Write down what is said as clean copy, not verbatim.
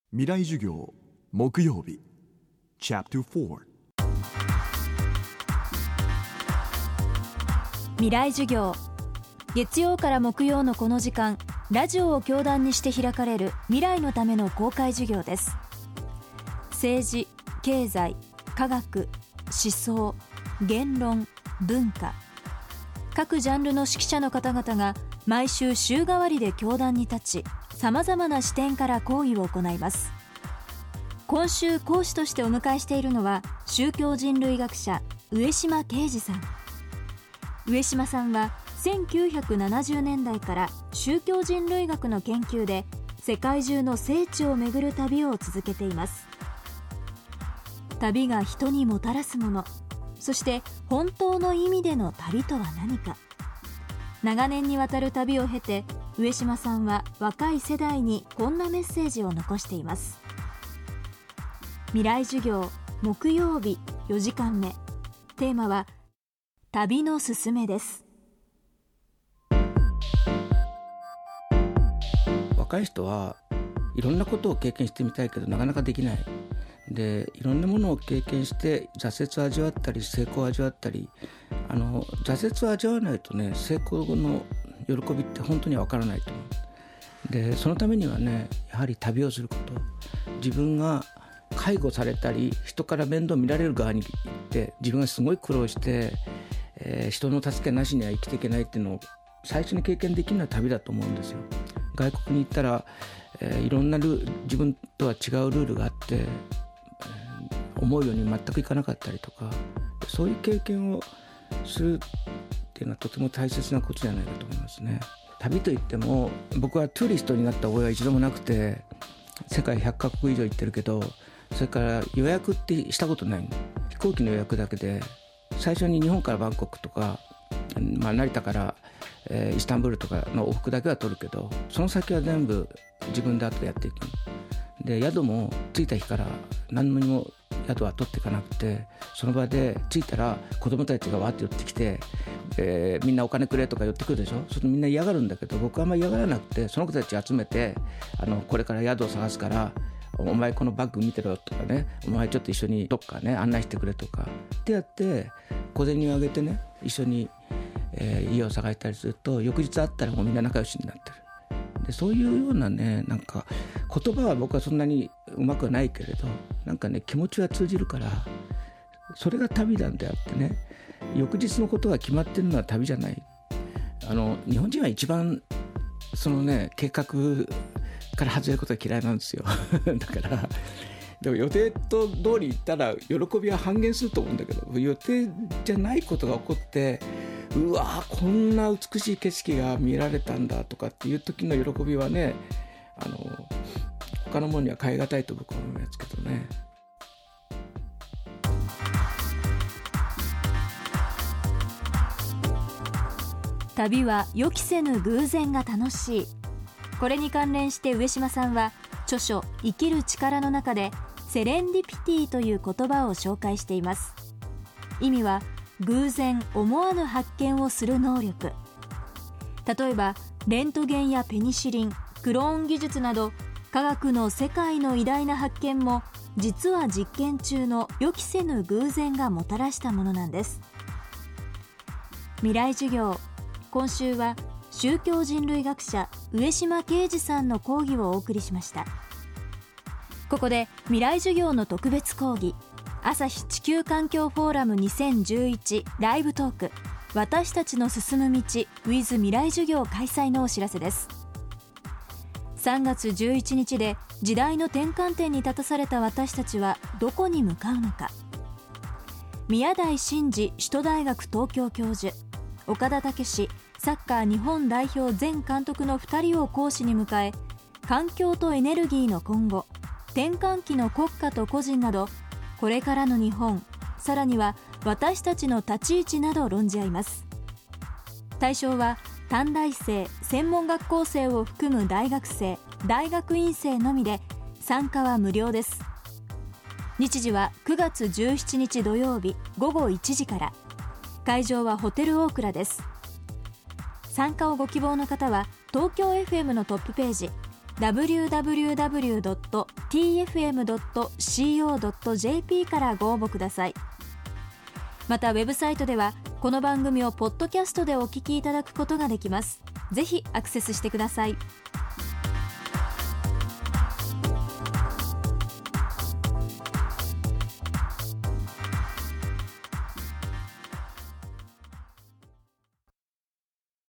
未来授業木曜日チャプター4 未来授業、月曜から木曜のこの時間、ラジオを教壇にして開かれる未来のための公開授業です。政治、経済、科学、思想、言論、文化、各ジャンルの指揮者の方々が毎週週替わりで教壇に立ち、さまざまな視点から講義を行います。今週講師としてお迎えしているのは宗教人類学者上島啓二さん。上島さんは1970年代から宗教人類学の研究で世界中の聖地を巡る旅を続けています。旅が人にもたらすもの、そして本当の意味での旅とは何か。長年にわたる旅を経て、上島さんは若い世代にこんなメッセージを残しています。未来授業木曜日4時間目、テーマは旅のすすめです。 若い人はいろんなことを経験してみたいけどなかなかできない。で、いろんなものを経験して挫折を味わったり成功を味わったり、挫折を味わわないとね、成功の喜びって本当には分からないと思う。で、そのためにはね、やはり旅をすること、自分が介護されたり人から面倒見られる側に行って自分がすごい苦労して、人の助けなしには生きていけないっていうのを最初に経験できるのは旅だと思うんですよ。外国に行ったら、いろんな自分とは違うルールがあって、思うように全くいかなかったりとか、そういう経験をするっていうのはとても大切なことじゃないかと思いますね。旅といっても僕はトゥーリストになった覚えは一度もなくて、世界100カ国以上行ってるけど、それから予約ってしたことない。飛行機の予約だけで、最初に日本からバンコクとか、成田から、イスタンブールとかの往復だけは取るけど、その先は全部自分で後でやっていく。で、宿も着いた日から何にも宿は取っていかなくて、その場で着いたら子供たちがわーって寄ってきて、みんなお金くれとか寄ってくるでしょ。そうするとみんな嫌がるんだけど、僕はあんまり嫌がらなくて、その子たち集めて、これから宿を探すからお前このバッグ見てろとかね、お前ちょっと一緒にどっかね案内してくれとかってやって小銭をあげてね、一緒に、家を探したりすると、翌日会ったらもうみんな仲良しになってる。で、そういうようなね、なんか言葉は僕はそんなにうまくはないけれど、なんかね、気持ちは通じるから、それが旅なんであってね、翌日のことが決まってるのは旅じゃない。日本人は一番そのね、計画から外れることが嫌いなんですよだからでも予定と通り行ったら喜びは半減すると思うんだけど、予定じゃないことが起こって、うわーこんな美しい景色が見られたんだとかっていう時の喜びはね、他のものには代え難いと僕は思いますけどね。 旅は予期せぬ偶然が楽しい。これに関連して上島さんは著書生きる力の中でセレンディピティという言葉を紹介しています。意味は偶然思わぬ発見をする能力。例えばレントゲンやペニシリン、クローン技術など科学の世界の偉大な発見も実は実験中の予期せぬ偶然がもたらしたものなんです。未来授業、今週は宗教人類学者上島啓二さんの講義をお送りしました。ここで未来授業の特別講義、朝日地球環境フォーラム2011ライブトーク、私たちの進む道 with 未来授業開催のお知らせです。3月11日で時代の転換点に立たされた私たちはどこに向かうのか。宮台真司首都大学東京教授、岡田武史サッカー日本代表前監督の2人を講師に迎え、環境とエネルギーの今後、転換期の国家と個人など、これからの日本、さらには私たちの立ち位置など論じ合います。対象は短大生、専門学校生を含む大学生、大学院生のみで、参加は無料です。日時は9月17日土曜日午後1時から。会場はホテルオークラです。参加をご希望の方は東京 FM のトップページ、 www.tfm.co.jp からご応募ください。またウェブサイトではこの番組をポッドキャストでお聞きいただくことができます。ぜひアクセスしてください。